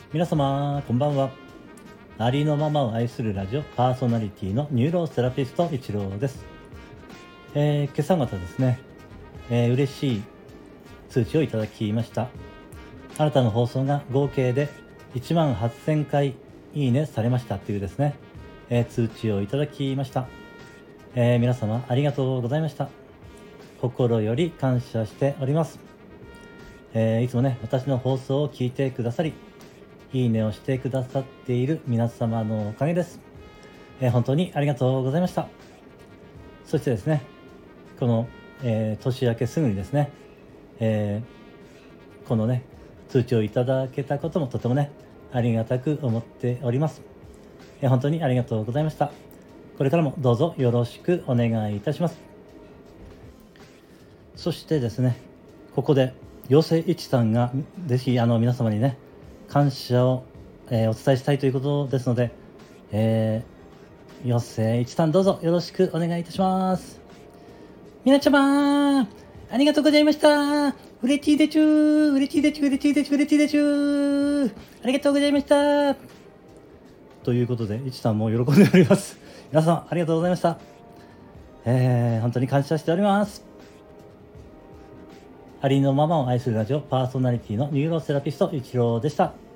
皆様こんばんは。ありのままを愛するラジオパーソナリティのニューロセラピスト一郎です。今朝方ですね、嬉しい通知をいただきました。あなたの放送が合計で1万8000回いいねされましたというですね、通知をいただきました。皆様ありがとうございました。心より感謝しております。いつもね、私の放送を聞いてくださり、いいねをしてくださっている皆様のおかげです。本当にありがとうございました。そしてですね、この、年明けすぐにですね、このね、通知をいただけたこともとてもね、ありがたく思っております。本当にありがとうございました。これからもどうぞよろしくお願いいたします。そしてですね、ここで妖精一さんがぜひ皆様にね、感謝を、お伝えしたいということですので、妖精一さんどうぞよろしくお願いいたします。みなちゃまありがとうございました。嬉しいでちゅー、嬉しいでちゅー、嬉しいでちゅー、嬉しいでちゅー。ありがとうございました。ということで、一さんも喜んでおります。皆さんありがとうございました。本当に感謝しております。ありのままを愛するラジオパーソナリティのニューロセラピスト一郎でした。